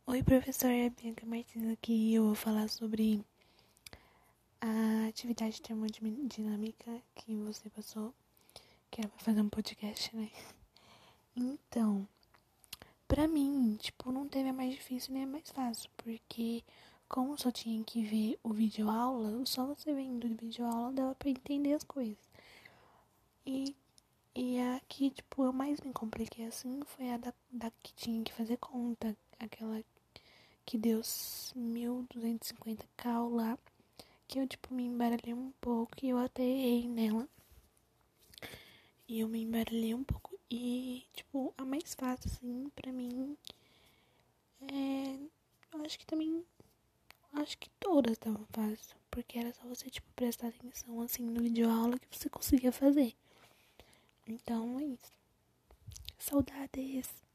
Oi, professora Bianca Martins aqui e eu vou falar sobre a atividade termodinâmica que você passou, que era pra fazer um podcast, né? Então, pra mim, não teve a mais difícil nem a mais fácil, porque como só tinha que ver o vídeo aula, só você vendo o vídeo aula dava pra entender as coisas. E, e a que, eu mais me compliquei assim foi a da que tinha que fazer conta, aquela que deu 1.250 cal lá, que eu, me embaralhei um pouco e eu até errei nela. E eu me embaralhei um pouco. E, a mais fácil, assim, pra mim, eu acho que também, acho que todas estavam fáceis. Porque era só você, prestar atenção, assim, no vídeo aula que você conseguia fazer. Então, é isso. Saudades!